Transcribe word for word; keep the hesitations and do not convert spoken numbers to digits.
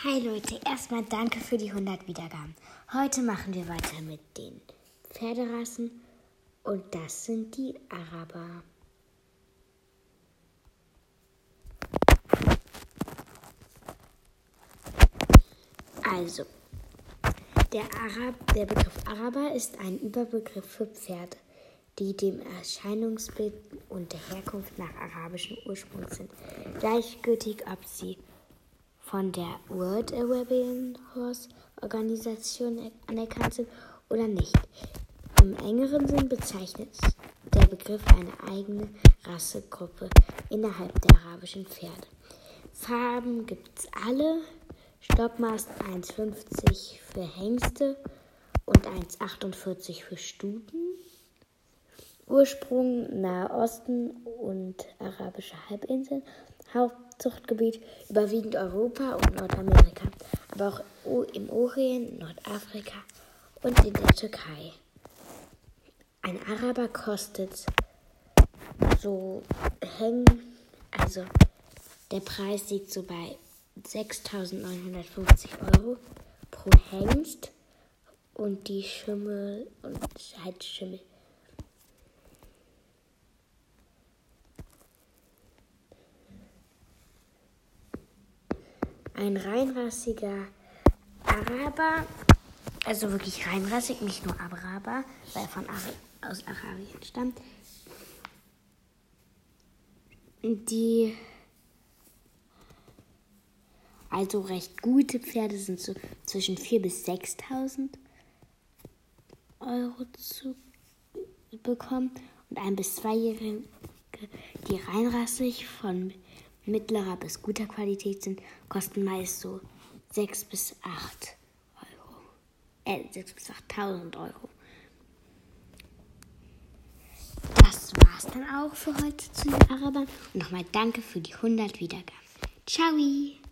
Hi Leute, erstmal danke für die hundert Wiedergaben. Heute machen wir weiter mit den Pferderassen und das sind die Araber. Also, der, Arab, der Begriff Araber ist ein Überbegriff für Pferde, die dem Erscheinungsbild und der Herkunft nach arabischem Ursprung sind. Gleichgültig, ob sie von der World Arabian Horse Organisation anerkannt sind oder nicht. Im engeren Sinn bezeichnet der Begriff eine eigene Rassegruppe innerhalb der arabischen Pferde. Farben gibt es alle. Stockmaß eins Komma fünfzig für Hengste und eins Komma achtundvierzig für Stuten. Ursprung Nahe Osten und arabische Halbinsel. Hauptzuchtgebiet überwiegend Europa und Nordamerika, aber auch im Orient, Nordafrika und in der Türkei. Ein Araber kostet so hängen, also der Preis liegt so bei sechstausendneunhundertfünfzig Euro pro Hengst und die Schimmel und halt Schimmel. Ein reinrassiger Araber, also wirklich reinrassig, nicht nur Araber, weil er von Ara- aus Arabien stammt. Die also recht gute Pferde sind so zwischen viertausend bis sechstausend Euro zu bekommen und ein- bis zweijährige, die reinrassig von mittlerer bis guter Qualität sind, kosten meist so sechs bis acht Euro. Äh, sechs bis achttausend Euro. Das war's dann auch für heute zu den Arabern. Und nochmal danke für die hundert Wiedergaben. Ciao!